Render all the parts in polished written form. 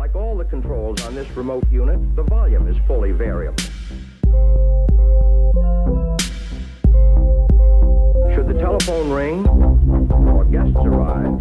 Like all the controls on this remote unit, the volume is fully variable. Should the telephone ring or guests arrive?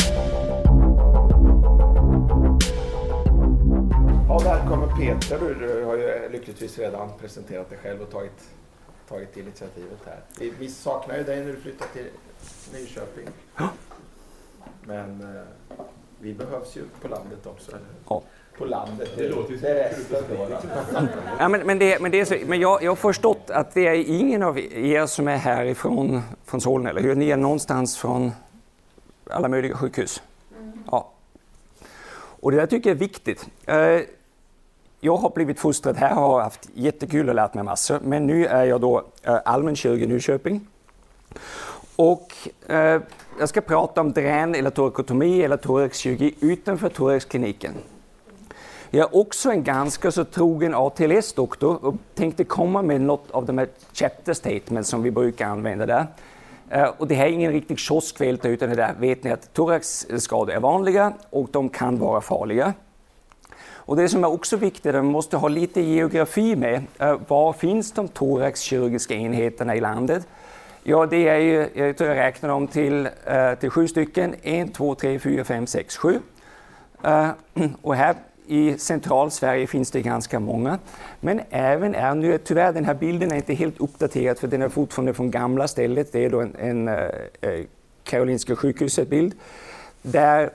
Ja, välkommen Peter. Du har ju lyckligtvis redan presenterat dig själv och tagit initiativet här. Vi saknar ju dig när du flyttar till Nyköping. Ja. Men vi behövs ju på landet också. Eller? Ja. På landet, det låter ju resten då. Ja, men jag har förstått att det är ingen av er som är härifrån från Solna, eller hur? Ni är någonstans från alla möjliga sjukhus. Ja. Och det där tycker jag är viktigt. Jag har blivit fostrad här, har haft jättekul och lärt mig massor. Men nu är jag då allmänkirurg i Nyköping. Och jag ska prata om drän eller torakotomi eller thoraxkirurgi utanför thoraxkliniken. Jag är också en ganska så trogen ATLS-doktor och tänkte komma med något av de här chapter statements som vi brukar använda där. Och det här är ingen riktig kioskvälta, utan det där vet ni att thoraxskador är vanliga och de kan vara farliga. Och det som är också viktigt är att man måste ha lite geografi med. Var finns de thoraxkirurgiska enheterna i landet? Ja, det är ju, jag tror jag räknar dem till 7 stycken. 1, 2, 3, 4, 5, 6, 7. Och här i central-Sverige finns det ganska många. Men även nu, tyvärr den här bilden är inte helt uppdaterad, för den är fortfarande från gamla stället. Det är då en Karolinska sjukhuset-bild. Där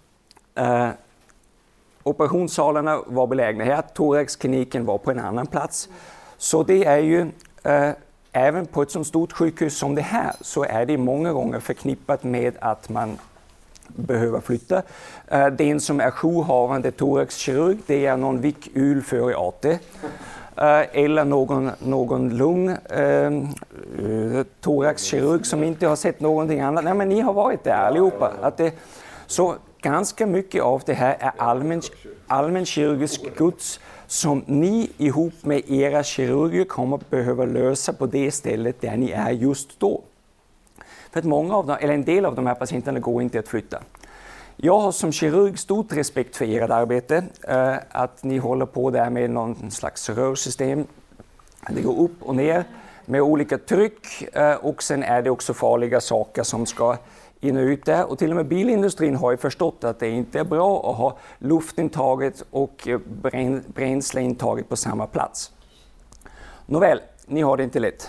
operationssalarna var belägna här. Thoraxkliniken var på en annan plats. Så det är ju, även på ett så stort sjukhus som det här, så är det många gånger förknippat med att man behöver flytta. Den som är jourhavande thoraxkirurg, det är någon vick-ul före AT. Eller någon lugn thoraxkirurg som inte har sett någonting annat. Nej, men ni har varit där allihopa. Så ganska mycket av det här är allmänkirurgisk gods som ni ihop med era kirurger kommer behöva lösa på det stället där ni är just då. För att många av dem, eller en del av de här patienterna går inte att flytta. Jag har som kirurg stort respekt för ert arbete. Att ni håller på där med någon slags rörsystem. Det går upp och ner med olika tryck. Och sen är det också farliga saker som ska in och ut där. Och till och med bilindustrin har ju förstått att det inte är bra att ha luftintaget och bränsleintaget på samma plats. Nåväl, ni har det inte lätt.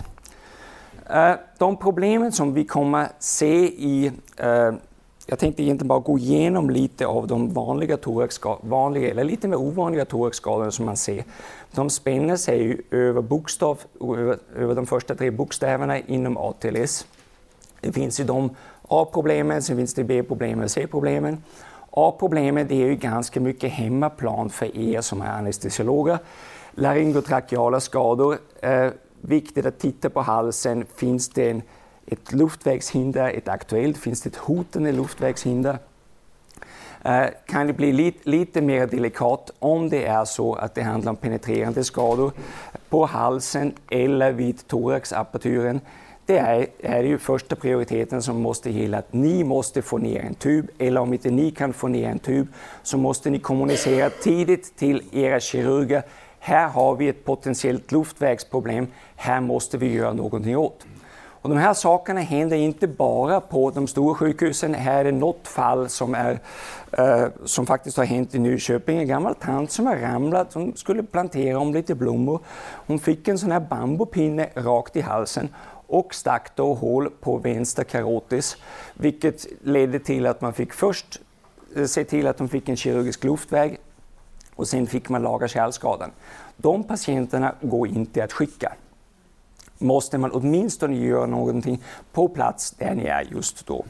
De problemen som vi kommer se i, jag tänkte egentligen bara gå igenom lite av de vanliga eller lite mer ovanliga thoraxskador som man ser. De spänner sig ju över över de första 3 bokstäverna inom ATLS. Det finns ju de A-problemen, sen finns det B-problemen och C-problemen. A-problemen, det är ju ganska mycket hemmaplan för er som är anestesiologer. Laryngotrakeala skador. Viktigt att titta på halsen. Finns det ett luftvägshinder, ett aktuellt, finns det ett hotande luftvägshinder? Kan det bli lite mer delikat om det är så att det handlar om penetrerande skador på halsen eller vid thoraxaperturen. Det är ju första prioriteten som måste gälla att ni måste få ner en tub, eller om inte ni kan få ner en tub så måste ni kommunicera tidigt till era kirurger. Här har vi ett potentiellt luftvägsproblem, här måste vi göra någonting åt. Och de här sakerna händer inte bara på de stora sjukhusen. Här är det något fall som faktiskt har hänt i Nyköping. En gammal tant som har ramlat, som skulle plantera om lite blommor. Hon fick en sån här bambupinne rakt i halsen och stack då hål på vänster karotis, vilket ledde till att man fick först se till att de fick en kirurgisk luftväg och sen fick man laga kärlskadan. De patienterna går inte att skicka. Måste man åtminstone göra någonting på plats där ni är just då.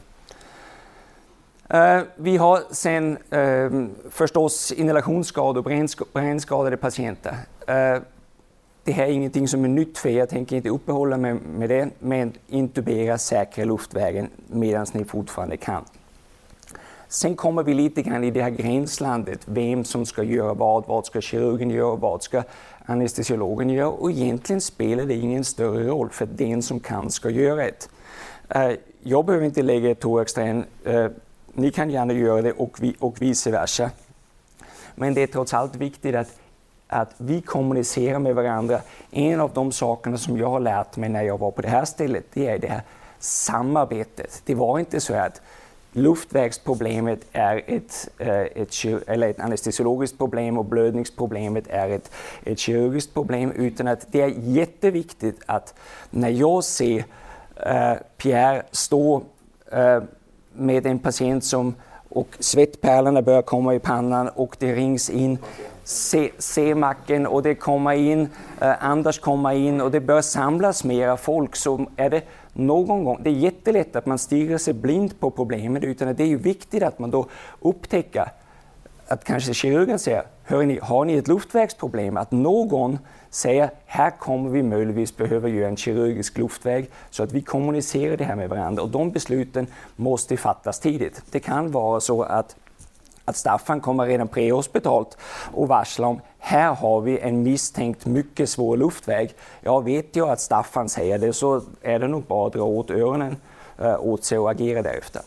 Vi har sen förstås inhalationsskador och brännskadade patienter. Det här är ingenting som är nytt för er, jag tänker inte uppehålla mig med det, men intubera säkra luftvägen medan ni fortfarande kan. Sen kommer vi lite grann i det här gränslandet, vem som ska göra vad ska kirurgen göra, vad ska anestesiologen göra, och egentligen spelar det ingen större roll för den som kan ska göra det. Jag behöver inte lägga ett thoraxträn, ni kan gärna göra det och vice versa. Men det är trots allt viktigt att vi kommunicerar med varandra. En av de sakerna som jag har lärt mig när jag var på det här stället, det är det här samarbetet. Det var inte så att luftvägsproblemet är ett anestesiologiskt problem och blödningsproblemet är ett kirurgiskt problem, utan att det är jätteviktigt att när jag ser Pierre stå med en patient och svettpärlorna börjar komma i pannan och det rings in C-macken och det kommer in, Anders kommer in och det börjar samlas mera folk, så är det någon gång, det är jättelätt att man stirrar sig blind på problemet, utan det är ju viktigt att man då upptäcker att kanske kirurgen säger, hörni, har ni ett luftvägsproblem? Att någon säger, här kommer vi möjligtvis behöva göra en kirurgisk luftväg, så att vi kommunicerar det här med varandra, och de besluten måste fattas tidigt. Det kan vara så att Staffan kommer redan prehospitalt och varslar om, här har vi en misstänkt mycket svår luftväg. Jag vet ju att Staffan säger det, så är det nog bara att dra åt öronen åt sig och agera därefter.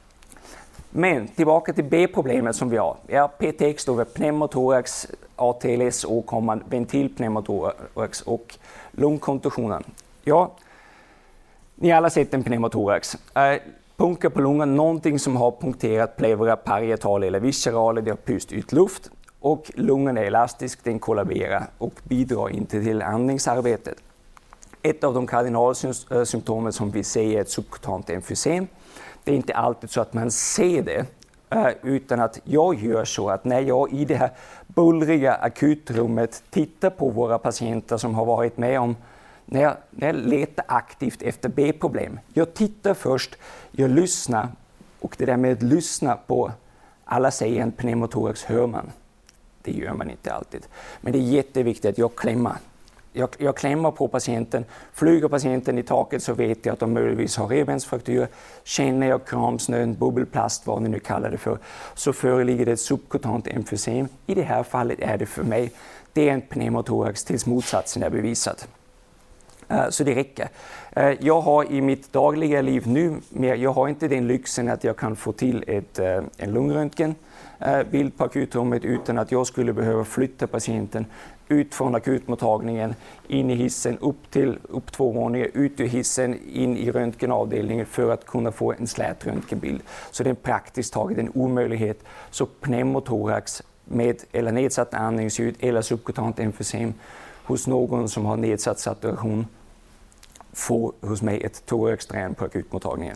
Men tillbaka till B-problemet som vi har. Ja, PTX då med pneumotorax, ATLS åkomman, ventilpneumotorax och lungkontusionen. Ja, ni har alla sett en pneumotorax. Punkter på lungan, någonting som har punkterat pleura parietal eller visceral, det har pyst ut luft och lungan är elastisk, den kollaberar och bidrar inte till andningsarbetet. Ett av de kardinalsymptomen som vi ser är ett subkutant emfysem. Det är inte alltid så att man ser det, utan att jag gör så att när jag i det här bullriga akutrummet tittar på våra patienter som har varit med om, när jag letar aktivt efter B-problem. Jag tittar först, jag lyssnar, och det där med att lyssna på, alla säger en pneumotorax hör man. Det gör man inte alltid. Men det är jätteviktigt att jag klämmer. Jag klämmer på patienten, flyger patienten i taket så vet jag att de möjligtvis har revbensfraktur. Känner jag kramsnön, bubbelplast, vad ni nu kallar det för, så föreligger det ett subkutant emfysem. I det här fallet är det för mig, det är en pneumotorax tills motsatsen är bevisad. Så det räcker. Jag har i mitt dagliga liv nu, jag har inte den lyxen att jag kan få till en lungröntgenbild på akutrummet utan att jag skulle behöva flytta patienten ut från akutmottagningen, in i hissen, upp 2 våningar, ut ur hissen, in i röntgenavdelningen för att kunna få en slät röntgenbild. Så det är praktiskt taget en omöjlighet. Så pneumotorax med eller nedsatt andningsljud eller subkutant emfysem hos någon som har nedsatt saturation får hos mig ett thoraxdrän på akutmottagningen.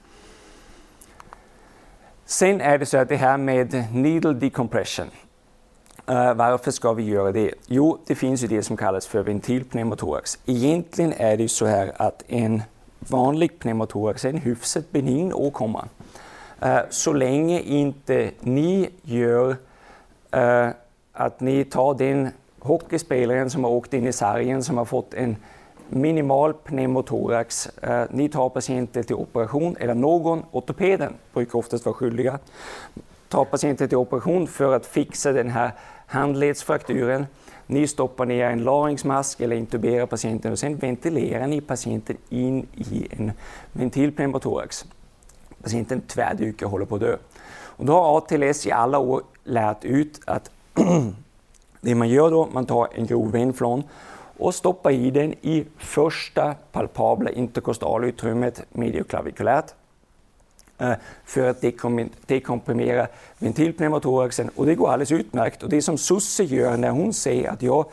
Sen är det så att det här med needle decompression. Varför ska vi göra det? Jo, det finns ju det som kallas för ventilpneumotorax. Egentligen är det så här att en vanlig pneumotorax är en hyfsat benign åkomma. Så länge inte ni gör att ni tar den hockeyspelaren som har åkt in i sargen som har fått en minimal pneumotorax. Ni tar patienten till operation, eller någon, ortopeden brukar oftast vara skyldiga, tar patienten till operation för att fixa den här handledsfrakturen. Ni stoppar ner en larynxmask eller intuberar patienten och sen ventilerar ni patienten in i en ventilpneumotorax. Patienten tvärdyker och håller på att dö. Och då har ATLS i alla år lärt ut att det man gör då, man tar en grov venflon och stoppar i den i första palpabla interkostalutrymmet medioklavikulärt för att dekomprimera ventilpneumotoraxen, och det går alldeles utmärkt. Och det som Susse gör när hon säger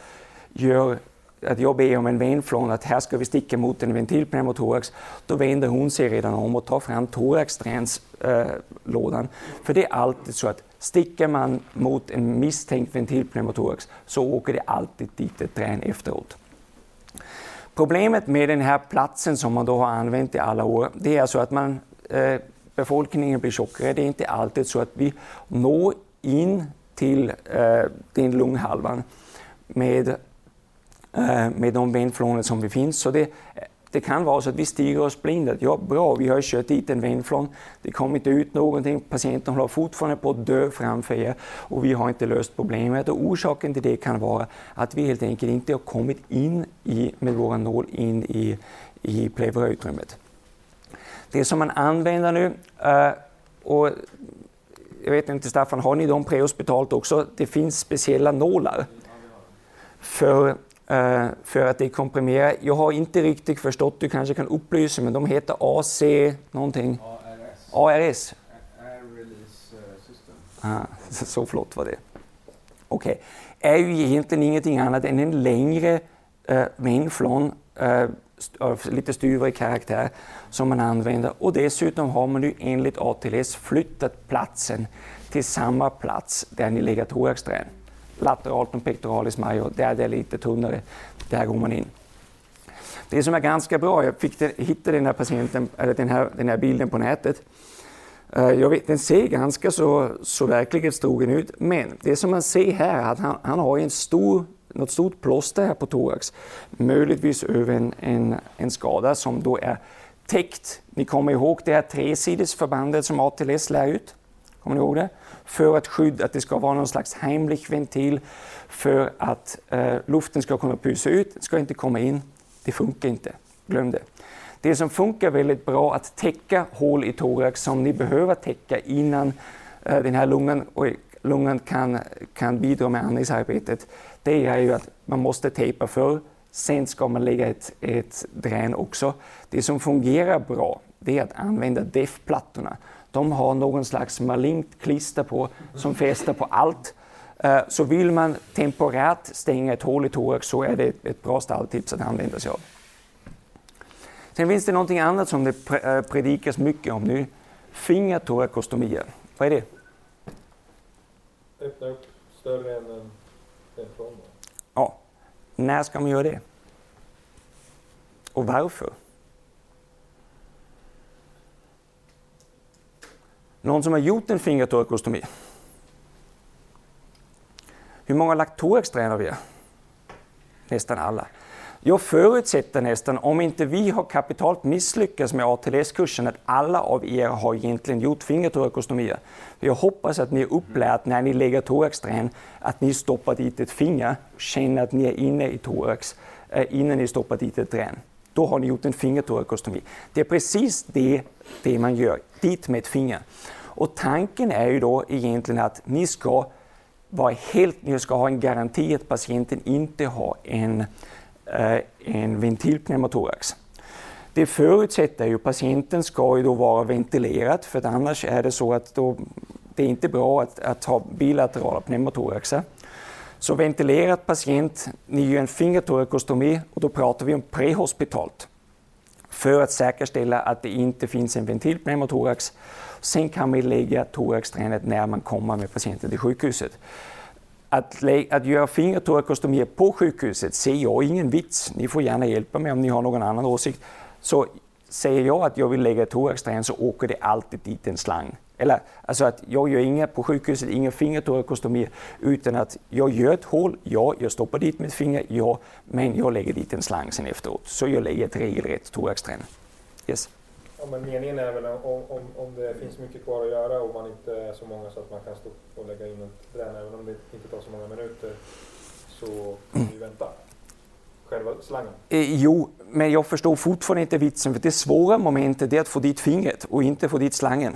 att jag ber om en venflon, att här ska vi sticka mot en ventilpneumotorax, då vänder hon sig redan om och tar fram thoraxdränslådan. För det är alltid så att sticker man mot en misstänkt ventilpneumotorax så åker det alltid dit ett drän efteråt. Problemet med den här platsen som man då har använt i alla år, det är så att befolkningen blir tjockare. Det är inte alltid så att vi når in till den lunghalvan med de venflånor som vi finns. Så det kan vara så att vi stiger oss blinda. Ja, bra, vi har kört dit en venflon. Det kommer inte ut någonting. Patienten håller fortfarande på att dö framför er och vi har inte löst problemet. Och orsaken till det kan vara att vi helt enkelt inte har kommit in med våra nål in i pleurautrymmet. Det som man använder nu, och jag vet inte Staffan, har ni dem prehospitalt också? Det finns speciella nålar för att det komprimerar. Jag har inte riktigt förstått, du kanske kan upplysa, men de heter AC någonting. ARS. Air Release System. Så flott var det. Okej. Är ju egentligen ingenting annat än en längre venflon av lite styvare karaktär som man använder, och dessutom har man ju enligt ATLS flyttat platsen till samma plats där ni lägger thoraxträn. Lateralt och pectoralis major, där det är lite tunnare, där går man in. Det som är ganska bra, jag hittade den här patienten, eller den här bilden på nätet. Jag vet, den ser ganska så verklighetstrogen ut, men det som man ser här är att han har något stort plåster här på thorax, möjligtvis över en skada som då är täckt. Ni kommer ihåg det här tresidesförbandet som ATLS lär ut? Kommer ni ihåg det? För att skydda, att det ska vara någon slags Heimlich-ventil för att luften ska kunna pysa ut, ska inte komma in. Det funkar inte, glöm det. Det som funkar väldigt bra att täcka hål i thorax som ni behöver täcka innan den här lungan kan bidra med andningsarbetet, det är ju att man måste tejpa för, sen ska man lägga ett drän också. Det som fungerar bra, det är att använda DEF-plattorna. De har någon slags malignt klister på som fäster på allt. Så vill man temporärt stänga ett hål i thorax så är det ett bra stalltips att använda sig av. Sen finns det någonting annat som det predikas mycket om nu. Fingertorakostomier. Vad är det? Öppna upp större än en venflon. Ja. När ska man göra det? Och varför? Någon som har gjort en fingertorakostomi? Hur många laktorex tränar vi? Nästan alla. Jag förutsätter nästan, om inte vi har kapitalt misslyckats med ATLS-kursen, att alla av er har egentligen gjort fingertorakostomier. Jag hoppas att ni är upplärt när ni lägger thoraxträn, att ni stoppar dit ett finger, känner att ni är inne i thorax innan ni stoppar dit ett drän. Då har ni gjort en fingertorakostomi. Det är precis det man gör, dit med ett finger. Och tanken är ju då egentligen att ni ska ha en garanti att patienten inte har en ventilpneumotorax. Det förutsätter ju att patienten ska ju då vara ventilerad, för att annars är det så att det är inte bra att ha bilaterala pneumotoraxer. Så ventilerad patient, ni gör en fingertorakostomi, och då pratar vi om prehospitalt för att säkerställa att det inte finns en ventilpneumotorax. Sen kan man lägga thoraxtränet när man kommer med patienten till sjukhuset. Att göra fingertorakostomier på sjukhuset ser jag ingen vits. Ni får gärna hjälpa mig om ni har någon annan åsikt. Så säger jag att jag vill lägga thoraxträn, så åker det alltid dit en slang. Eller alltså att jag gör på sjukhuset inga fingertorakostomier, utan att jag gör ett hål, jag stoppar dit mitt finger, men jag lägger dit en slang sen efteråt. Så jag lägger ett regelrätt thoraxträn. Yes. Ja, men meningen är väl om det finns mycket kvar att göra och man inte är så många så att man kan stå och lägga in ett drän, även om det inte tar så många minuter, så kan vi vänta. Själva slangen. Jo, men jag förstår fortfarande inte vitsen, för det svåra momentet är att få dit fingret och inte få dit slangen.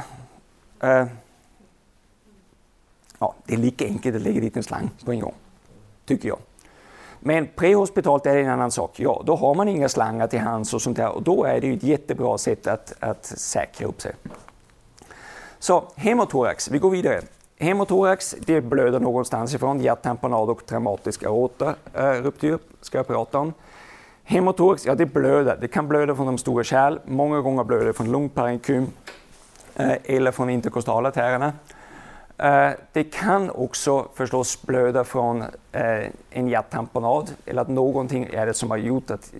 Det är lika enkelt att lägga dit en slang på en gång, tycker jag. Men prehospitalt är det en annan sak. Ja, då har man inga slangar till hands och sånt där, och då är det ju ett jättebra sätt att säkra upp sig. Så hemotorax, vi går vidare. Hemotorax, det blöder någonstans ifrån, hjärttamponad och traumatisk aortaruptur ska jag prata om. Hemotorax, ja det blöder. Det kan blöda från de stora kärl, många gånger blöder det från lungparenkum eller från interkostala artärerna. Det kan också förstås blöda från en hjärttamponad, eller att någonting är det som har gjort att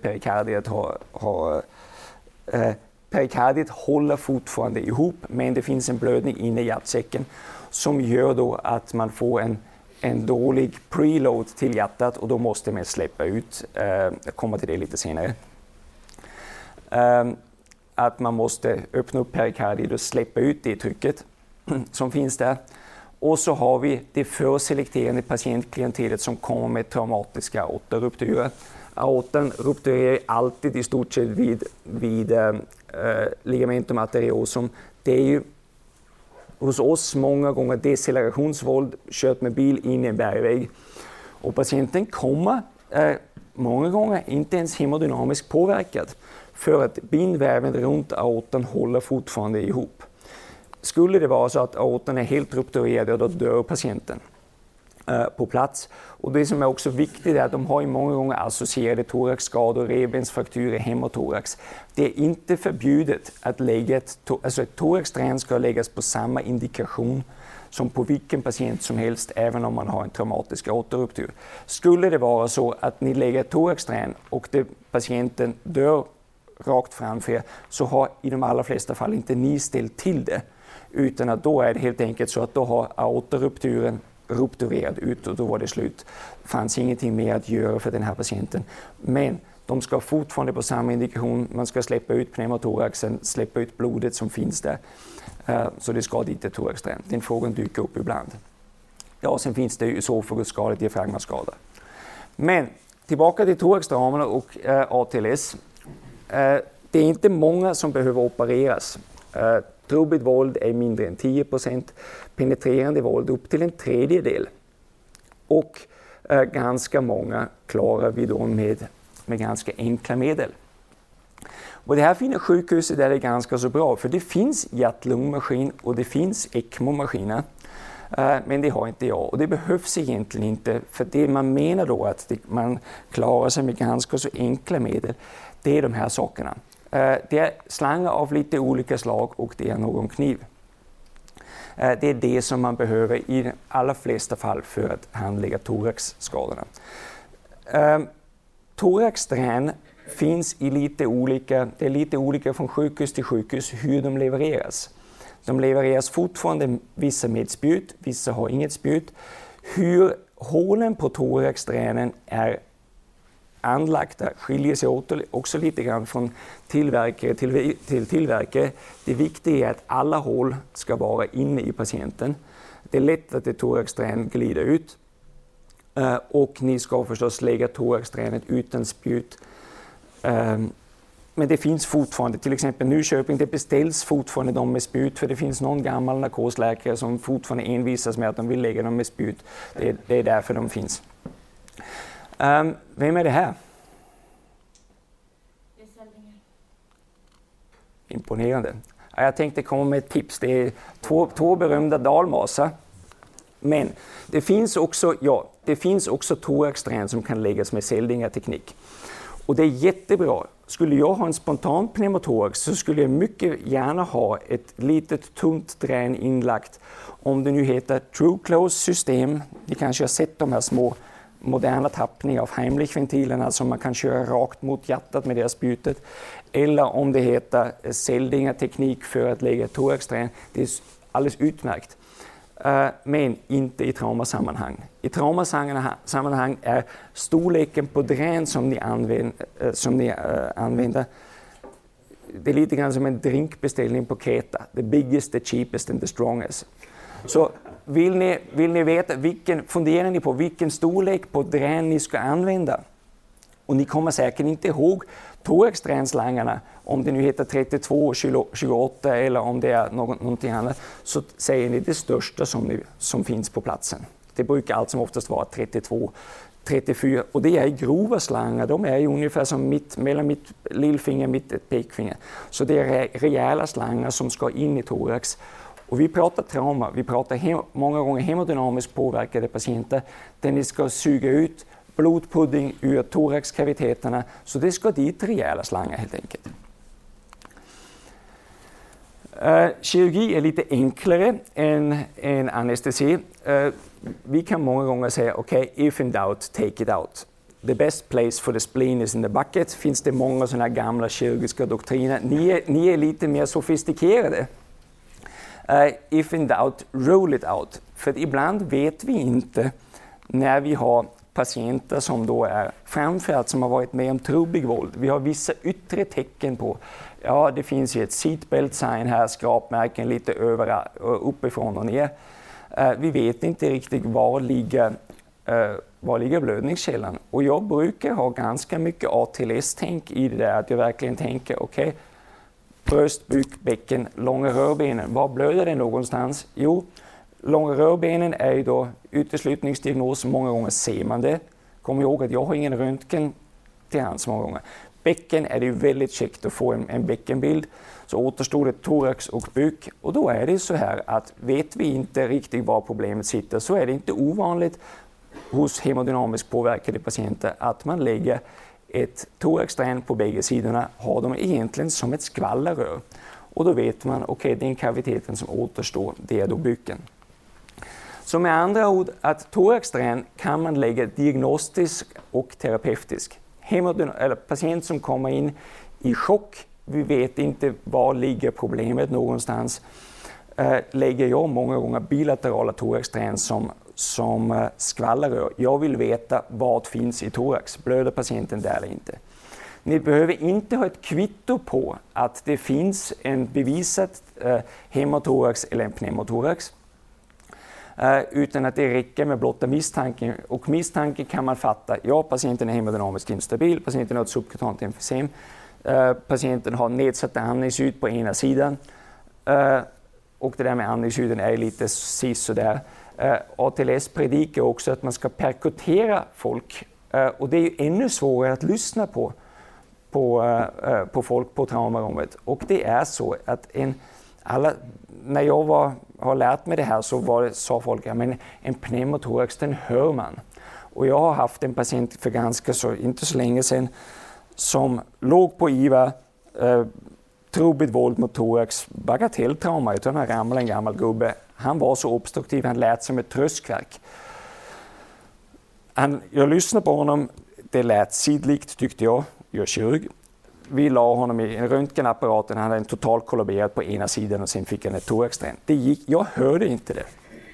perikardiet håller fortfarande ihop, men det finns en blödning inne i hjärtsäcken som gör då att man får en dålig preload till hjärtat, och då måste man släppa ut, jag kommer till det lite senare, att man måste öppna upp perikardiet och släppa ut det trycket som finns där. Och så har vi det förselekterande patientklientelet som kommer med traumatiska aortarupturer. Aortan rupturerar alltid i stort sett vid ligamentum arteriosum. Det är ju hos oss många gånger decellerationsvåld, kört med bil in i en bergvägg. Och patienten kommer många gånger inte ens hemodynamiskt påverkad för att bindväven runt aortan håller fortfarande ihop. Skulle det vara så att aortan är helt rupturerad, då dör patienten på plats. Och det som är också viktigt är att de har ju många gånger associerade thoraxskador, revbensfrakturer, hemotorax. Det är inte förbjudet att lägga ett thoraxträn ska läggas på samma indikation som på vilken patient som helst, även om man har en traumatisk aortaruptur. Skulle det vara så att ni lägger ett thoraxträn och patienten dör rakt framför er, så har i de allra flesta fall inte ni ställt till det, utan att då är det helt enkelt så att då har aortarupturen rupturerad ut och då var det slut. Det fanns ingenting mer att göra för den här patienten. Men de ska fortfarande på samma indikation, man ska släppa ut pneumotoraxen, släppa ut blodet som finns där. Så det ska dit ett thoraxträn. Den frågan dyker upp ibland. Ja, sen finns det ju esofagusskada, diafragmaskada. Men tillbaka till thoraxdramarna och ATLS. Det är inte många som behöver opereras. Trubbigt våld är mindre än 10%, penetrerande våld upp till en tredjedel. Och ganska många klarar vi då med ganska enkla medel. Och det här fina sjukhuset är det ganska så bra, för det finns hjärt-lungmaskin och det finns ECMO-maskiner. Men det har inte jag, och det behövs egentligen inte, för det man menar då att man klarar sig med ganska så enkla medel, det är de här sakerna. Det är slangar av lite olika slag och det är någon kniv. Det är det som man behöver i de allra flesta fall för att handlägga thoraxskadorna. Thoraxträn finns i det är lite olika från sjukhus till sjukhus hur de levereras. De levereras fortfarande vissa med spjut, vissa har inget spjut. Hur hålen på thoraxtränen är anlagda skiljer sig åt också lite grann från tillverkare till tillverkare. Det viktiga är att alla hål ska vara inne i patienten. Det är lätt att ett thoraxträn glider ut och ni ska förstås lägga thoraxtränet utan spjut. Men det finns fortfarande, till exempel Nyköping, det beställs fortfarande de med spjut, för det finns någon gammal narkosläkare som fortfarande envisas med att de vill lägga dem med spjut. Det är därför de finns. Vem är det här? Det är Seldinger. Imponerande. Jag tänkte komma med ett tips. Det är två berömda dalmasar. Men det finns också thoraxträn som kan läggas med Seldinger-teknik. Och det är jättebra. Skulle jag ha en spontan pneumotorax så skulle jag mycket gärna ha ett litet tunt trän inlagt. Om det nu heter True Close system. Ni kanske har sett de här små moderna tappningar av Heimlich-ventilerna som man kan köra rakt mot hjärtat med det spjutet. Eller om det heter Seldinger-teknik för att lägga thoraxträn. Det är alldeles utmärkt. Men inte i traumasammanhang. I traumasammanhang är storleken på drän som ni använder, det är lite grann som en drinkbeställning på Kreta. The biggest, the cheapest and the strongest. Så vill ni veta funderar ni på vilken storlek på drän ni ska använda? Och ni kommer säkert inte ihåg thoraxtränslangarna, om det nu heter 32, 28 eller om det är någonting annat, så säger ni det största som finns på platsen. Det brukar allt som oftast vara 32, 34 och det är grova slangar. De är ungefär som mellan mitt lillfinger och mitt pekfinger. Så det är rejäla slangar som ska in i thorax. Och vi pratar trauma, vi pratar många gånger hemodynamiskt påverkade patienter där ni ska suga ut blodpudding ur thoraxkaviteterna, så det ska dit rejäla slangar helt enkelt. Kirurgi är lite enklare än anestesi. Vi kan många gånger säga okej, if in doubt, take it out. The best place for the spleen is in the bucket. Finns det många sådana gamla kirurgiska doktriner. Ni är lite mer sofistikerade. If in doubt, roll it out. För ibland vet vi inte när vi har patienter som då är framförallt som har varit med om trubbig våld. Vi har vissa yttre tecken på, ja det finns ju ett seatbelt sign här, skrapmärken lite uppifrån och ner. Vi vet inte riktigt var ligger blödningskällan. Och jag brukar ha ganska mycket ATLS-tänk i det där, att jag verkligen tänker okej, bröst, buk, bäcken, långa rörbenen. Var blöder det någonstans? Jo, långa rörbenen är ju då uteslutningsdiagnos. Många gånger ser man det. Kom ihåg att jag har ingen röntgen till hands många gånger. Bäcken är det ju väldigt käckt att få en bäckenbild. Så återstår det thorax och buk. Och då är det så här att vet vi inte riktigt var problemet sitter så är det inte ovanligt hos hemodynamiskt påverkade patienter att man lägger ett thoraxdrän på bägge sidorna, har de egentligen som ett skvallerrör. Och då vet man, okej, den kaviteten som återstår, det är då buken. Så med andra ord, att thoraxdrän kan man lägga diagnostisk och terapeutisk. Patient som kommer in i chock, vi vet inte var ligger problemet någonstans, lägger jag många gånger bilaterala thoraxdrän som skvallerrör. Jag vill veta vad finns i thorax. Blöder patienten där eller inte? Ni behöver inte ha ett kvitto på att det finns en bevisat hemothorax eller en pneumothorax. Utan att det räcker med blotta misstanken. Och misstanke kan man fatta, ja, patienten är hemodynamiskt instabil, patienten har ett subkutant emfysem, patienten har nedsatt andningsljud på ena sidan. Och det där med andningsljuden är lite sådär. ATLS predikar också att man ska perkutera folk. Och det är ju ännu svårare att lyssna på folk på traumarummet. Och det är så att när jag har lärt mig det här så sa folk att en pneumothorax, den hör man. Och jag har haft en patient för inte så länge sedan som låg på IVA, trubbigt våld mot thorax, bagatelltrauma, utan han ramlade en gammal gubbe. Han var så obstruktiv, han lät som ett tröskverk. Jag lyssnade på honom, det lät sidlikt tyckte jag är kirurg. Vi la honom i en röntgenapparat, han hade en total kollaberat på ena sidan och sen fick han ett thoraxdrän. Jag hörde inte det.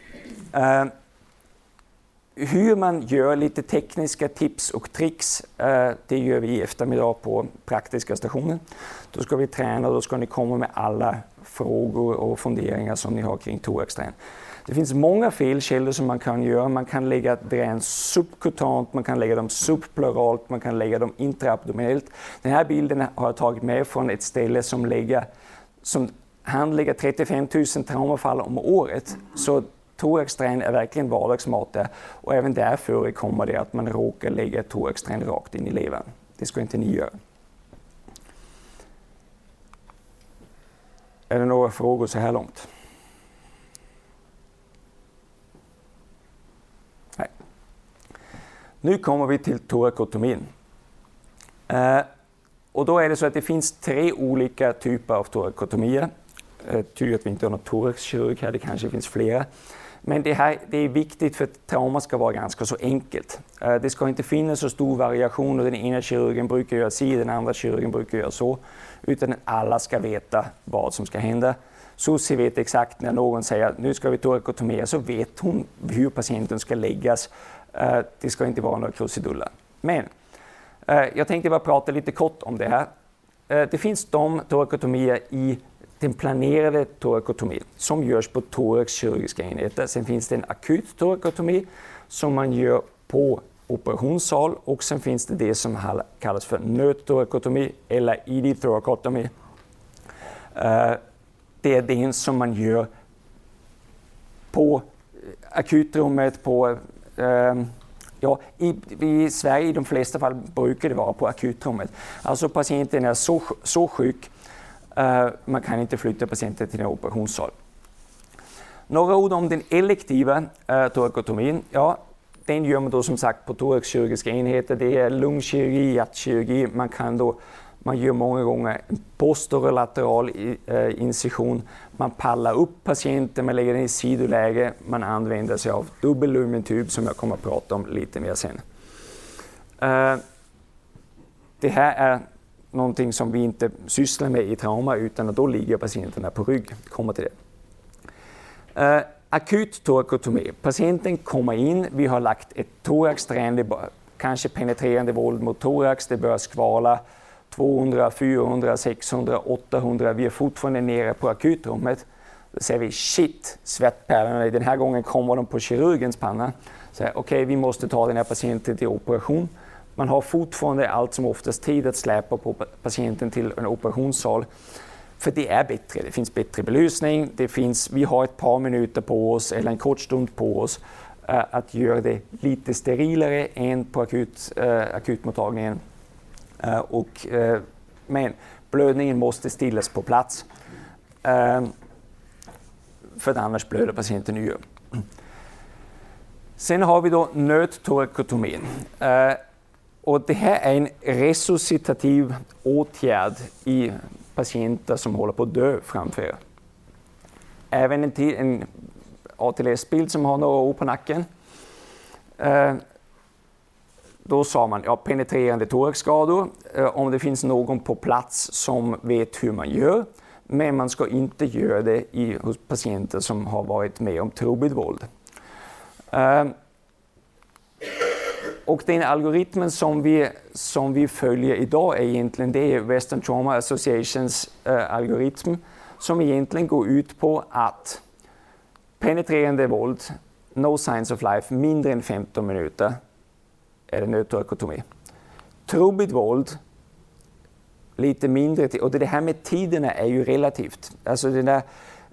Hur man gör lite tekniska tips och tricks, det gör vi i eftermiddag på praktiska stationen. Då ska vi träna och då ska ni komma med alla frågor och funderingar som ni har kring thoraxdrän. Det finns många felkällor som man kan göra. Man kan lägga drän subkutant, man kan lägga dem subpleuralt, man kan lägga dem intraabdominellt. Den här bilden har jag tagit med från ett ställe som handlägger 35 000 traumafall om året. Så thoraxdrän är verkligen vardagsmat där. Och även där förekommer det att man råkar lägga ett thoraxdrän rakt in i levern. Det ska inte ni göra. Är det några frågor så här långt? Nej. Nu kommer vi till torakotomin. Och då är det så att det finns 3 olika typer av torakotomier. Tycker att vi inte har någon thoraxkirurg här, det kanske finns flera. Men det är viktigt för att trauma ska vara ganska så enkelt. Det ska inte finnas så stor variation och den ena kirurgen brukar göra si, den andra kirurgen brukar göra så. Utan att alla ska veta vad som ska hända. Susie vet exakt när någon säger att nu ska vi torakotomera, så vet hon hur patienten ska läggas. Det ska inte vara några krusiduller. Men jag tänkte bara prata lite kort om det här. Det finns de torakotomier i den planerade torakotomi som görs på thoraxkirurgiska enheter. Sen finns det en akut torakotomi som man gör på operationssal och sen finns det som kallas för nödtorakotomi eller ID-thorakotomi. Det är den som man gör på akutrummet, i Sverige i de flesta fall brukar det vara på akutrummet. Alltså patienten är så sjuk, man kan inte flytta patienten till en operationssal. Några ord om den elektiva torakotomin. Ja, den gör man då som sagt på thoraxkirurgiska enheter. Det är lungkirurgi, hjärtkirurgi. Man gör många gånger en posterolateral incision. Man pallar upp patienten, man lägger den i sidoläge. Man använder sig av dubbellumentub som jag kommer att prata om lite mer sen. Det här är någonting som vi inte sysslar med i trauma utan att då ligger patienterna på rygg. Kommer till det. Akut torakotomi. Patienten kommer in, vi har lagt ett thoraxdrän, kanske penetrerande våld mot thorax, det börjar skvala 200, 400, 600, 800. Vi är fortfarande nere på akutrummet. Då säger vi shit, svettpärlorna, den här gången kommer de på kirurgens panna. Okej, vi måste ta den här patienten till operation. Man har fortfarande allt som oftast tid att släpa på patienten till en operationssal. För det är bättre, det finns bättre belysning, vi har ett par minuter på oss eller en kort stund på oss att göra det lite sterilare än på akutmottagningen. Men blödningen måste stillas på plats för att annars blöder patienten nya. Sen har vi då nödtorakotomin. Och det här är en resuscitativ åtgärd i patienter som håller på att dö framför. Även en ATLS-bild som har några år på nacken. Då sa man penetrerande thoraxskador om det finns någon på plats som vet hur man gör. Men man ska inte göra det hos patienter som har varit med om trubbigt våld. Och den algoritmen som vi följer idag är egentligen det är Western Trauma Associations algoritm som egentligen går ut på att penetrerande våld, no signs of life, mindre än 15 minuter är det nödtorakotomi. Trubbigt våld, lite mindre tid. Och det här med tiderna är ju relativt. Alltså det där,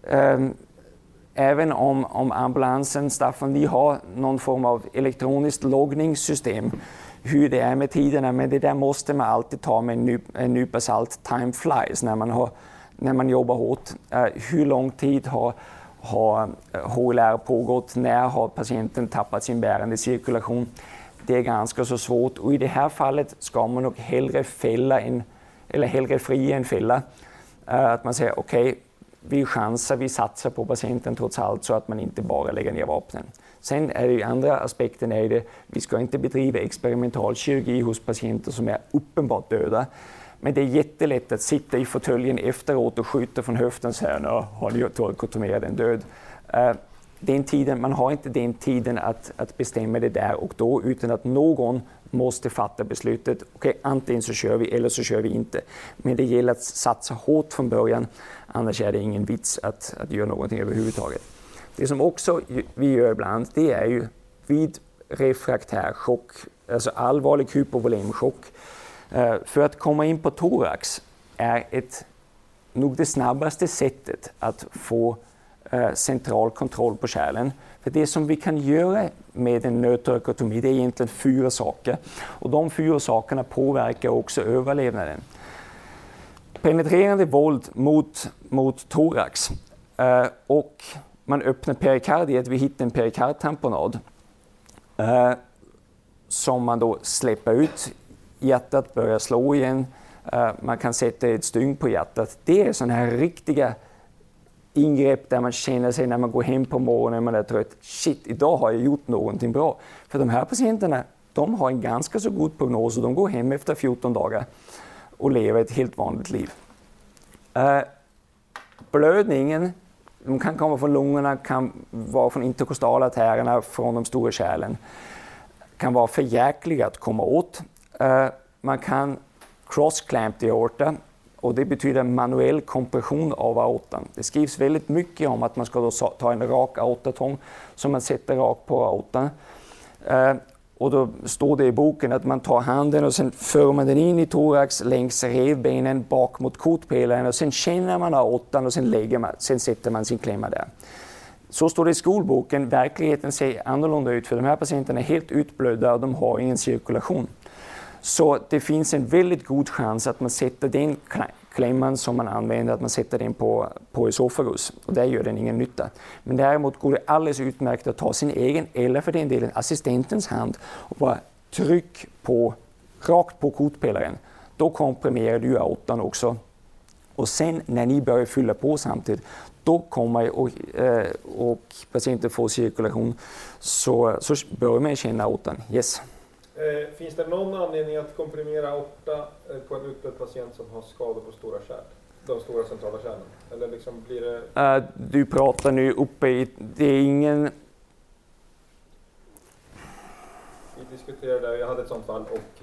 även om ambulansen, Staffan, vi har någon form av elektroniskt loggningssystem hur det är med tiderna, men det där måste man alltid ta med en nypa salt. Time flies när man jobbar hårt. Hur lång tid har HLR pågått? När har patienten tappat sin bärande cirkulation? Det är ganska så svårt, och i det här fallet ska man nog hellre fria än fälla. Att man säger okej, vi satsar på patienten trots allt så att man inte bara lägger ner vapnen. Sen är det ju andra aspekten vi ska inte bedriva experimental kirurgi hos patienter som är uppenbart döda. Men det är jättelätt att sitta i fåtöljen efteråt och skjuta från höften så här, har ni torakotomerat en död. Den tiden, man har inte den tiden att bestämma det där och då, utan att någon måste fatta beslutet. Okej, antingen så kör vi eller så kör vi inte. Men det gäller att satsa hårt från början, annars är det ingen vits att göra någonting överhuvudtaget. Det som också vi gör ibland, det är ju vid refraktär chock, alltså allvarlig hypovolymchock. För att komma in på thorax är nog det snabbaste sättet att få central kontroll på kärlen. För det som vi kan göra med en nödtorakotomi, det är egentligen 4 saker. Och de 4 sakerna påverkar också överlevnaden. Penetrerande våld mot thorax. Och man öppnar perikardiet, vi hittar en perikardtamponad. Som man då släpper ut. Hjärtat börjar slå igen. Man kan sätta ett stygn på hjärtat. Det är sådana här riktiga ingrepp där man känner sig när man går hem på morgonen och man är trött. Shit, idag har jag gjort någonting bra. För de här patienterna, de har en ganska så god prognos och de går hem efter 14 dagar och lever ett helt vanligt liv. Blödningen, de kan komma från lungorna, kan vara från interkostala artärerna, från de stora kärlen. Kan vara för jäkliga att komma åt. Man kan cross-clamp the aorta. Och det betyder manuell kompression av aortan. Det skrivs väldigt mycket om att man ska då ta en rak aortatång som man sätter rakt på aortan. Och då står det i boken att man tar handen och sen för man den in i thorax längs revbenen bak mot kotpelaren och sen känner man aortan och sen sätter man sin klämma där. Så står det i skolboken. Verkligheten ser annorlunda ut för de här patienterna är helt utblödda och de har ingen cirkulation. Så det finns en väldigt god chans att man sätter den klämman som man använder, att man sätter den på esofagus. Och där gör den ingen nytta. Men däremot går det alldeles utmärkt att ta sin egen, eller för den delen assistentens hand och bara tryck rakt på kotpelaren. Då komprimerar du aortan också. Och sen när ni börjar fylla på samtidigt, då kommer och patienten får cirkulation, så börjar man känna aortan. Yes. Finns det någon anledning att komprimera aorta på en utbredd patient som har skador på stora kärl? De stora centrala kärlen? Eller liksom blir det... Du pratar nu uppe i... Det är ingen... Vi diskuterade, jag hade ett sånt fall och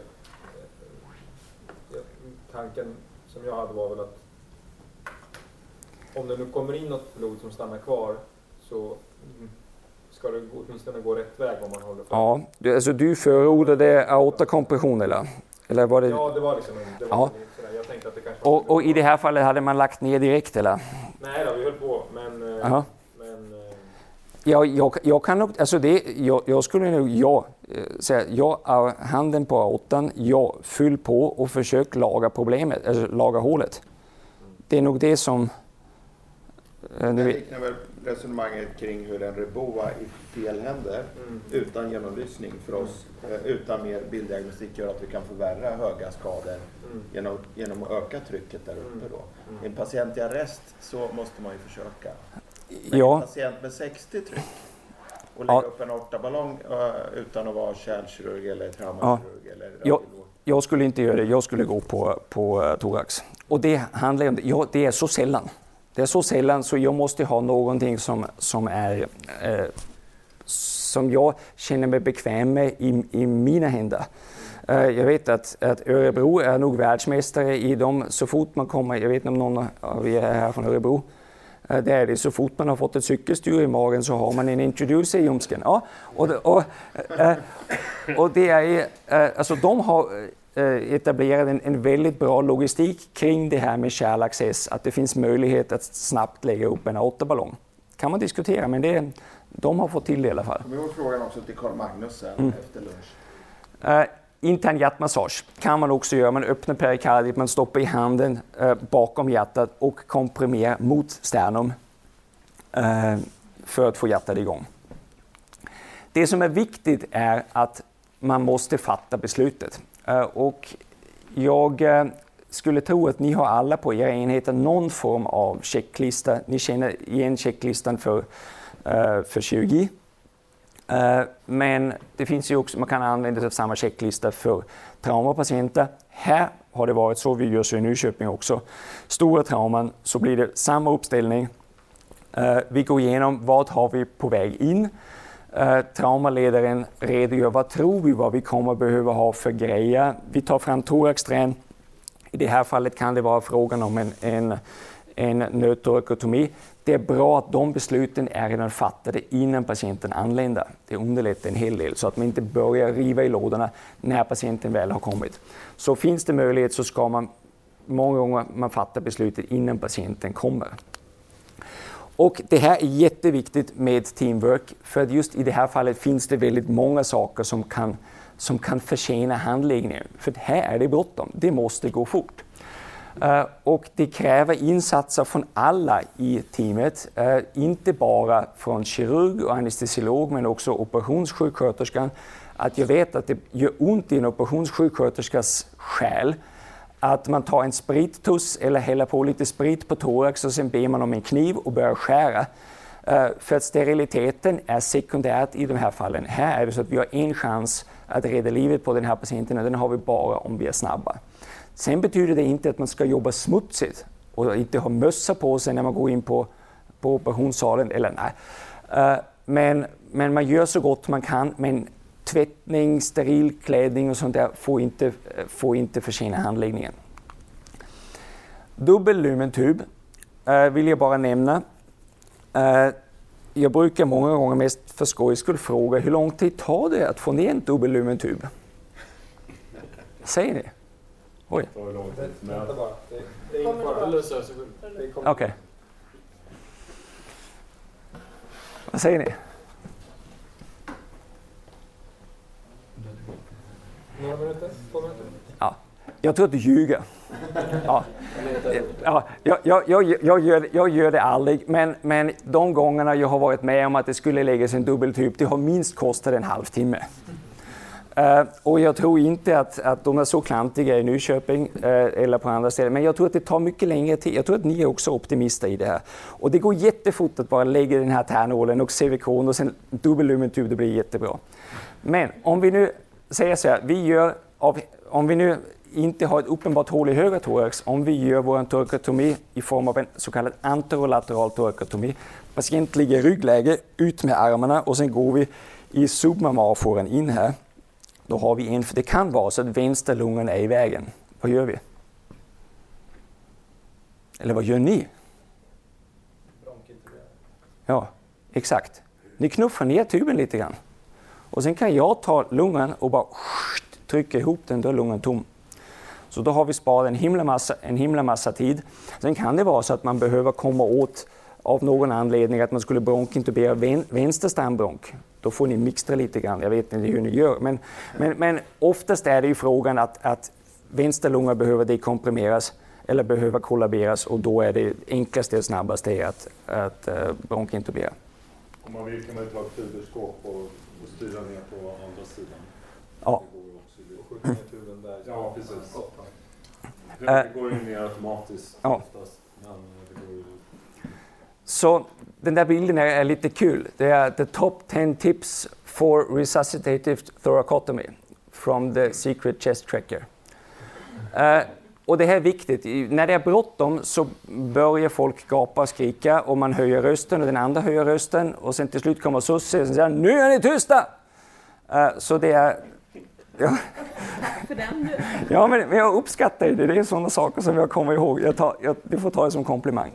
tanken som jag hade var väl att om det nu kommer in något blod som stannar kvar så ska det åtminstone gå rätt väg om man håller för. Ja, alltså du förordade aortakompression eller var det? Ja, det var liksom sådär. Jag tänkte att det kanske man Och i det här fallet hade man lagt ner direkt eller? Nej då, vi höll på, men... Jaha. men Ja, jag kan nog, alltså jag skulle nog säga, jag har handen på åttan, jag fyll på och försök laga problemet, alltså laga hålet. Det är nog det som... Det liknar väl resonemanget kring hur en reboa i fel händer utan genomlysning för oss, utan mer bilddiagnostik gör att vi kan förvärra höga skador genom att öka trycket där uppe då. I en patient i arrest så måste man ju försöka. Men en patient med 60 tryck och lägga upp en aortaballong utan att vara kärlkirurg eller traumakirurg eller radiolog. Jag skulle inte göra det, jag skulle gå på thorax. Och det handlar om, det är så sällan. Det är så sällan så jag måste ha någonting som är som jag känner mig bekväm med i mina händer. Jag vet att Örebro är nog världsmästare i dem så fort man kommer, jag vet inte om någon av er är här från Örebro. Det är det, så fort man har fått ett cykelstyr i magen så har man en introducer i ljumsken. Ja, och det är, alltså de har etablerat en väldigt bra logistik kring det här med kärlaccess, att det finns möjlighet att snabbt lägga upp en aortaballong. Kan man diskutera, men de har fått till det i alla fall. Vi har frågan också till Carl Magnus efter lunch. Intern hjärtmassage kan man också göra. Man öppnar perikardiet, man stoppar i handen bakom hjärtat och komprimerar mot sternum för att få hjärtat igång. Det som är viktigt är att man måste fatta beslutet. Och jag skulle tro att ni har alla på era enheter någon form av checklista. Ni känner igen checklistan för 20. Men det finns ju också, man kan använda sig av samma checklista för traumapatienter. Här har det varit så, vi gör så i Nyköping också. Stora trauman så blir det samma uppställning. Vi går igenom vad har vi på väg in. Traumaledaren redogör vad tror vi vad vi kommer behöva ha för grejer. Vi tar fram thoraxträn. I det här fallet kan det vara frågan om en nödtorakotomi. Det är bra att de besluten är redan fattade innan patienten anländer. Det underlättar en hel del så att man inte börjar riva i lådorna när patienten väl har kommit. Så finns det möjlighet så ska man många gånger fatta beslutet innan patienten kommer. Och det här är jätteviktigt med teamwork, för att just i det här fallet finns det väldigt många saker som kan förtjäna handläggningen. För här är det bråttom, det måste gå fort. Och det kräver insatser från alla i teamet, inte bara från kirurg och anestesiolog men också operationssjuksköterskan. Att jag vet att det gör ont i en operationssjuksköterskas själ att man tar en sprittuss eller häller på lite sprit på thorax och sen ber man om en kniv och börjar skära. För att steriliteten är sekundärt i de här fallen. Här är det så att vi har en chans att rädda livet på den här patienten och den har vi bara om vi är snabba. Sen betyder det inte att man ska jobba smutsigt och inte ha mössa på sig när man går in på operationssalen. Eller nej. Men man gör så gott man kan, men tvättning, steril klädning och sånt där får inte förtjäna handläggningen. Dubbellumentub vill jag bara nämna. Jag brukar många gånger mest för skojs skull fråga hur lång tid tar det att få ner en dubbellumentub? Säger ni? Oj. Vänta bara. Det är ingen fara. Okej. Vad säger ni? Några minuter? 2 minuter? Ja. Jag tror att du ljuger. Ja. Jag gör det aldrig, men de gångerna jag har varit med om att det skulle läggas en dubbeltub, det har minst kostat en halvtimme. Och jag tror inte att de är så klantiga i Nyköping eller på andra ställen, men jag tror att det tar mycket längre tid. Jag tror att ni är också optimister i det här. Och det går jättefort att bara lägga den här tärnålen och CVK och sen dubbellumentub, det blir jättebra. Men om vi nu säger så här, om vi nu inte har ett uppenbart hål i högra thorax, om vi gör vår torakotomi i form av en så kallad anterolateral torakotomi. Patient ligger i ryggläge, ut med armarna och sen går vi i submammafåran in här. Då har vi för det kan vara så att vänsterlungan är i vägen. Vad gör vi? Eller vad gör ni? Ja, exakt. Ni knuffar ner tuben lite grann. Och sen kan jag ta lungan och bara trycka ihop den, då är lungan tom. Så då har vi sparat en himla massa tid. Sen kan det vara så att man behöver komma åt av någon anledning att man skulle bronkintubera vänster stambronk. Då får ni mixtra lite grann, jag vet inte hur ni gör. Men oftast är det ju frågan att vänster lunga behöver dekomprimeras eller behöver kollaberas, och då är det enklaste och snabbaste att bronkintubera. Om man vill kan man ta ett fiberskåp och styra ner på andra sidan. Ja. Och skjuta ner tuben där. Ja, precis. Det går ju ner automatiskt oftast. Men det går ju... Så den där bilden är lite kul. Det är the top 10 tips for resuscitative thoracotomy from the secret chest tracker. Och det här är viktigt. När det är bråttom så börjar folk gapa och skrika och man höjer rösten och den andra höjer rösten och sen till slut kommer Sussie och säger nu är ni tysta! Så det är... Ja. För den nu. Ja, men jag uppskattar det. Det är sådana saker som jag kommer ihåg. Du får ta det som komplimang.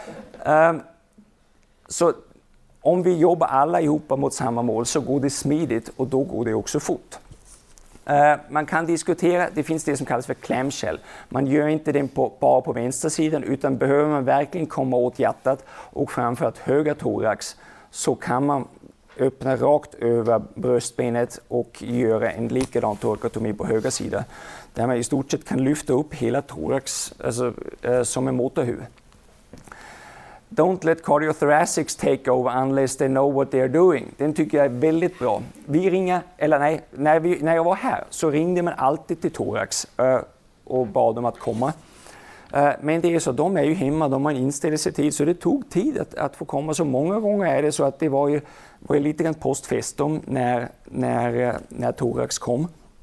Så om vi jobbar alla ihop mot samma mål så går det smidigt och då går det också fort. Man kan diskutera, det finns det som kallas för clamshell. Man gör inte den bara på vänstersidan, utan behöver man verkligen komma åt hjärtat och framförallt höga thorax, så kan man öppna rakt över bröstbenet och göra en likadan thorakotomi på höger sida. Där man i stort sett kan lyfta upp hela thorax som en motorhuvud. Don't let cardiothoracics take over unless they know what they're doing. Den tycker jag är väldigt bra. När jag var här så ringde man alltid till thorax och bad dem att komma. Men det är så, de är ju hemma, de har en inställelsetid, så det tog tid att få komma. Så många gånger är det så att det var ju lite grann postfestum när thorax kom.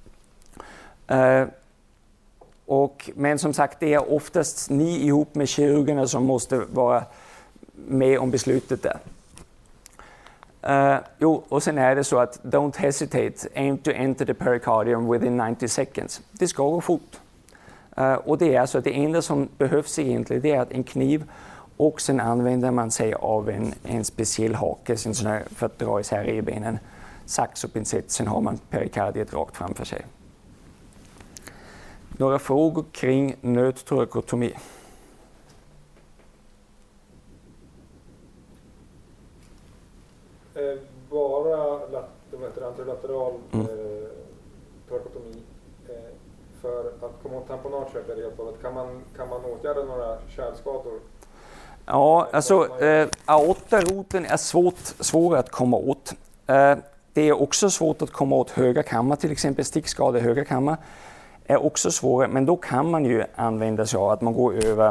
Men som sagt, det är oftast ni ihop med kirurgerna som måste vara med om beslutet där. Och sen är det så att don't hesitate, aim to enter the pericardium within 90 seconds. Det ska gå fort. Och det är så att det enda som behövs egentligen, det är att en kniv, och sen använder man sig av en speciell hake för att dra isär revbenen, sax och pincett, sen har man perikardiet rakt framför sig. Några frågor kring nödthorakotomi? Bara anterolateral thorakotomi för att komma åt tamponage ökar helt och hållet. Kan man åtgärda några kärlskador? Ja, alltså aortaroten är svår att komma åt. Det är också svårt att komma åt höga kammar, till exempel stickskador i höga kammar är också svåra, men då kan man ju använda sig av att man går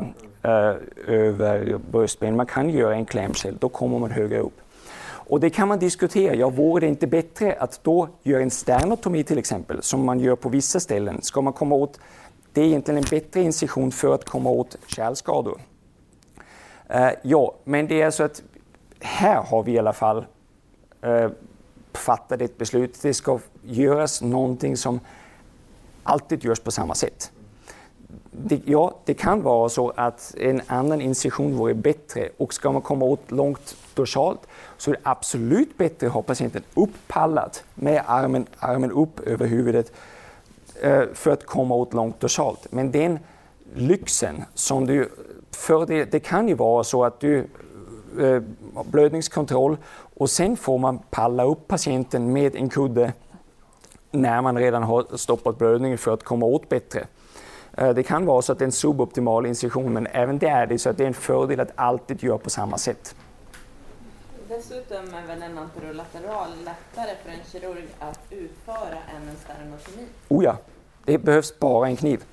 över bröstben. Man kan göra en clamshell, då kommer man högre upp. Och det kan man diskutera. Vore det inte bättre att då göra en sternotomi till exempel, som man gör på vissa ställen? Ska man komma åt, det är egentligen en bättre incision för att komma åt kärlskador. Ja, men det är så att här har vi i alla fall fattat ett beslut. Det ska göras någonting som alltid görs på samma sätt. Det kan vara så att en annan incision vore bättre, och ska man komma åt långt dorsalt så är det absolut bättre att ha patienten upppallad med armen upp över huvudet för att komma åt långt dorsalt. Men den lyxen som du, för det kan ju vara så att du har blödningskontroll och sen får man palla upp patienten med en kudde när man redan har stoppat blödningen för att komma åt bättre. Det kan vara så att det är en suboptimal incision, men även där är det så att det är en fördel att alltid göra på samma sätt. Dessutom är väl en anterolateral lättare för en kirurg att utföra än en sternotomi? Oh ja, det behövs bara en kniv.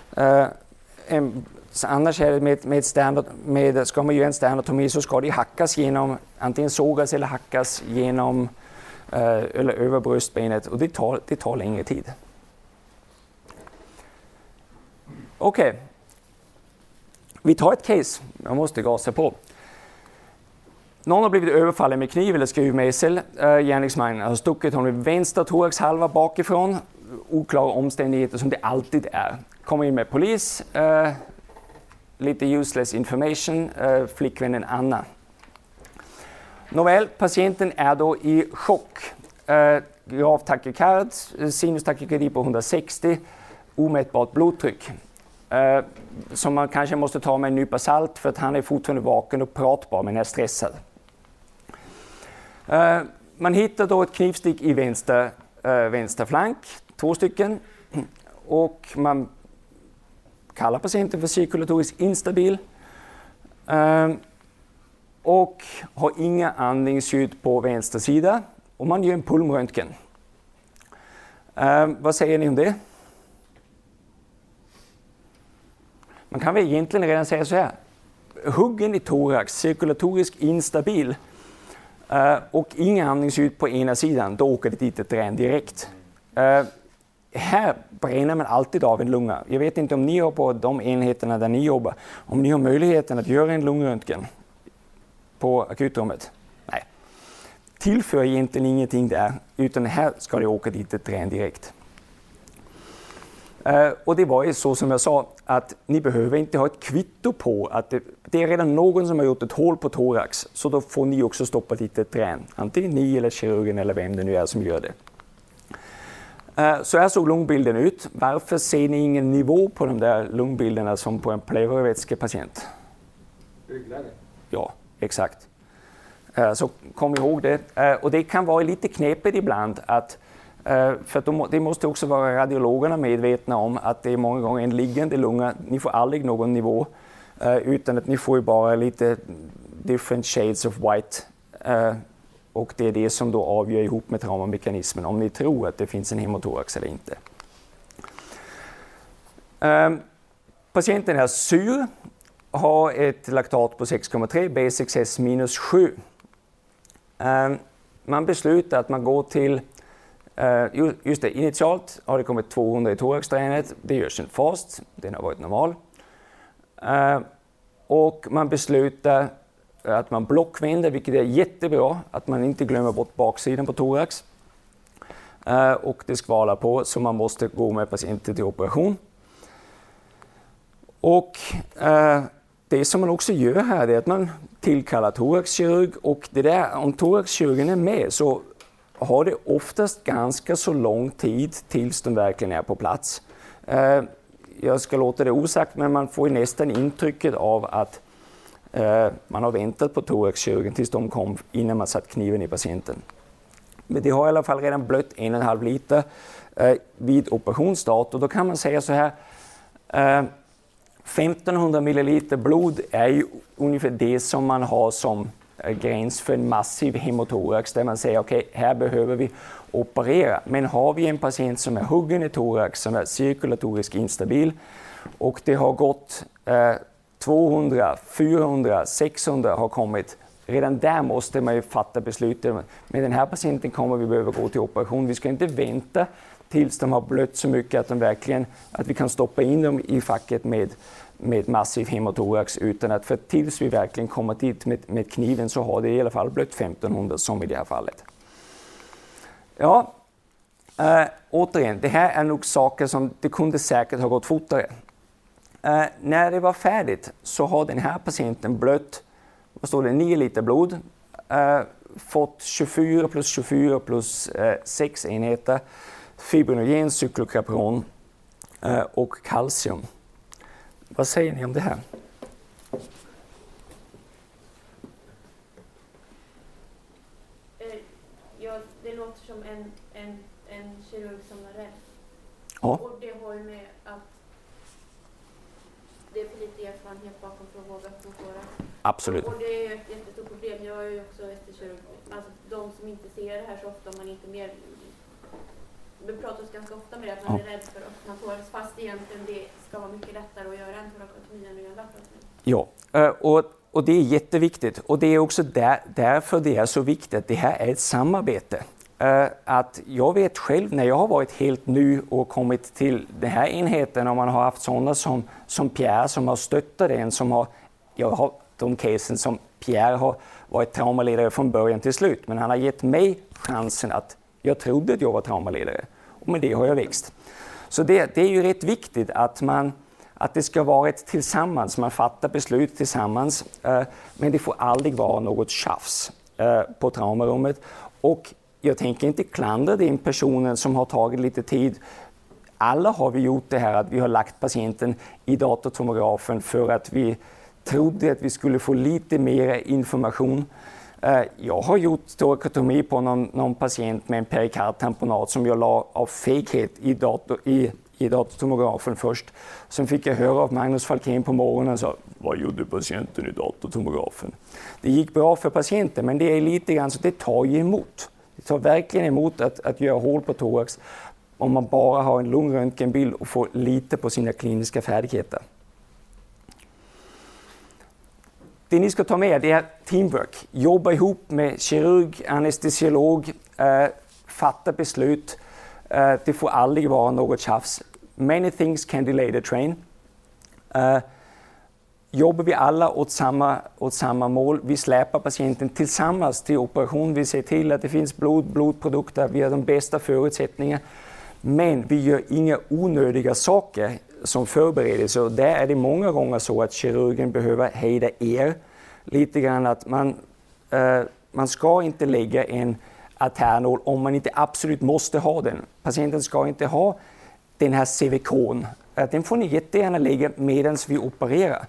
Annars är det ska man göra en sternotomi så ska det hackas genom, antingen sågas eller hackas genom eller över bröstbenet, och det tar längre tid. Okej. Vi tar ett case. Jag måste gasa på. Någon har blivit överfallen med kniv eller skruvmejsel. Gärningsmannen har stuckit honom med vänster thoraxhalva bakifrån. Oklara omständigheter som det alltid är. Kommer in med polis. Lite useless information. Flickvännen Anna. Nåväl, patienten är då i chock. Grav takikard, sinus takykardi på 160. omätbart blodtryck. Som man kanske måste ta med en nypa salt för att han är fortfarande vaken och pratbar men är stressad. Man hittar då ett knivstick i vänster flank, 2 stycken, och man kallar patienten för cirkulatoriskt instabil och har inga andningsljud på vänster sida, och man gör en pulmröntgen. Vad säger ni om det? Man kan väl egentligen redan säga så här: huggen i thorax, cirkulatoriskt instabil och inga andningsljud på ena sidan, då åker det dit ett drän direkt. Här bränner man alltid av en lunga. Jag vet inte om ni har på de enheterna där ni jobbar, om ni har möjligheten att göra en lungröntgen på akutrummet. Nej. Tillför egentligen ingenting där, utan här ska det åka dit ett drän direkt. Och det var ju så som jag sa, att ni behöver inte ha ett kvitto på att det är redan någon som har gjort ett hål på thorax, så då får ni också stoppa dit ett drän. Antingen ni eller kirurgen eller vem det nu är som gör det. Så här såg lungbilden ut. Varför ser ni ingen nivå på de där lungbilderna som på en pleuravätskepatient? Ryggläge. Ja, exakt. Så kom ihåg det. Och det kan vara lite knepigt ibland att för att det måste också vara radiologerna medvetna om att det är många gånger en liggande lunga. Ni får aldrig någon nivå utan att ni får ju bara lite different shades of white. Och det är det som då avgör ihop med traumamekanismen om ni tror att det finns en hemotorax eller inte. Patienten är sur, har ett laktat på 6,3, B6S minus 7. Man beslutar att man går till, just det, initialt har det kommit 200 i thoraxdränet, det görs en fast, den har varit normal. Och man beslutar att man blockvänder, vilket är jättebra, att man inte glömmer bort baksidan på thorax. Och det skvalar på, så man måste gå med patienten till operation. Och det som man också gör här är att man tillkallar thoraxkirurg, och det där, om thoraxkirurgen är med så har det oftast ganska så lång tid tills de verkligen är på plats. Jag ska låta det osagt, men man får nästan intrycket av att man har väntat på thoraxkirurgen tills de kom innan man satt kniven i patienten. Men det har i alla fall redan blött 1,5 liter vid operationsstart, och då kan man säga så här: 1500 milliliter blod är ju ungefär det som man har som gräns för en massiv hemotorax, där man säger okej, här behöver vi operera. Men har vi en patient som är huggen i thorax, som är cirkulatoriskt instabil, och det har gått 200, 400, 600 har kommit. Redan där måste man ju fatta beslutet. Med den här patienten kommer vi behöva gå till operation. Vi ska inte vänta tills de har blött så mycket att vi kan stoppa in dem i facket med massiv hemotorax, utan att för tills vi verkligen kommer dit med kniven så har det i alla fall blött 1500 som i det här fallet. Ja, återigen, det här är nog saker som det kunde säkert ha gått fortare. När det var färdigt så har den här patienten blött, 9 liter blod, fått 24 plus 6 enheter fibrinogen, cyklokapron och kalcium. Vad säger ni om det här? Ja, det låter som en kirurg som är rädd. Ja. Och det har ju med att det är för lite erfarenhet bakom för att våga provföra. Absolut. Och det är ju ett jättestort problem. Jag är ju också ST-kirurg. Alltså de som inte ser det här så ofta, man inte mer... Vi pratar ganska ofta med det, att man är rädd för att öppna thorax, fast egentligen det ska vara mycket lättare att göra en thorakotomi än att göra en laparotomi. Ja, och det är jätteviktigt. Och det är också därför det är så viktigt att det här är ett samarbete. Att jag vet själv när jag har varit helt ny och kommit till den här enheten, och man har haft sådana som Pierre som har stöttat den, jag har de casen som Pierre har varit traumaledare från början till slut, men han har gett mig chansen att jag trodde att jag var traumaledare, och med det har jag växt. Så det är ju rätt viktigt att det ska vara ett tillsammans, man fattar beslut tillsammans, men det får aldrig vara något tjafs på traumarummet. Och jag tänker inte klandra den personen som har tagit lite tid. alla har vi gjort det här att vi har lagt patienten i datortomografen för att vi trodde att vi skulle få lite mer information. Jag har gjort torakotomi på någon patient med en perikardtamponat som jag la av feghet i datortomografen först. Sen fick jag höra av Magnus Falkén på morgonen och sa, vad gjorde patienten i datortomografen? Det gick bra för patienten, men det är lite grann så det tar ju emot. Det tar verkligen emot att göra hål på thorax om man bara har en lungröntgenbild och får lite på sina kliniska färdigheter. Det ni ska ta med är teamwork. Jobba ihop med kirurg, anestesiolog, fatta beslut. Det får aldrig vara något tjafs. Many things can delay the train. Jobbar vi alla åt samma mål. Vi släpar patienten tillsammans till operation. Vi ser till att det finns blodprodukter. Vi har de bästa förutsättningarna. Men vi gör inga onödiga saker som förberedelse. Och där är det många gånger så att kirurgen behöver hejda lite grann. Att man ska inte lägga en artärnål om man inte absolut måste ha den. Patienten ska inte ha den här CVK:n. Den får ni jättegärna lägga medan vi opererar.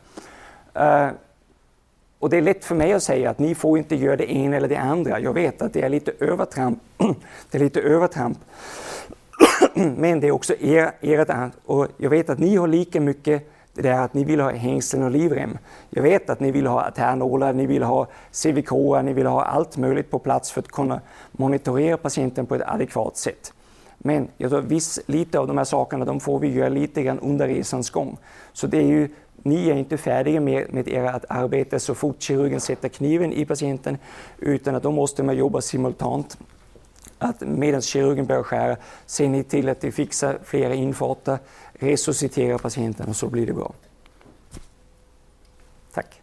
Och det är lätt för mig att säga att ni får inte göra det ena eller det andra. Jag vet att det är lite övertramp. Men det är också ert. Och jag vet att ni har lika mycket det där att ni vill ha hängslen och livrem. Jag vet att ni vill ha artärnålar, ni vill ha CVK, ni vill ha allt möjligt på plats för att kunna monitorera patienten på ett adekvat sätt. Men jag tror lite av de här sakerna de får vi göra lite grann under resans gång. Så det är ju, ni är inte färdiga med ert arbete så fort kirurgen sätter kniven i patienten, utan att då måste man jobba simultant. Att medan kirurgen börjar skära ser ni till att det fixar flera infarter, resusciterar patienten och så blir det bra. Tack.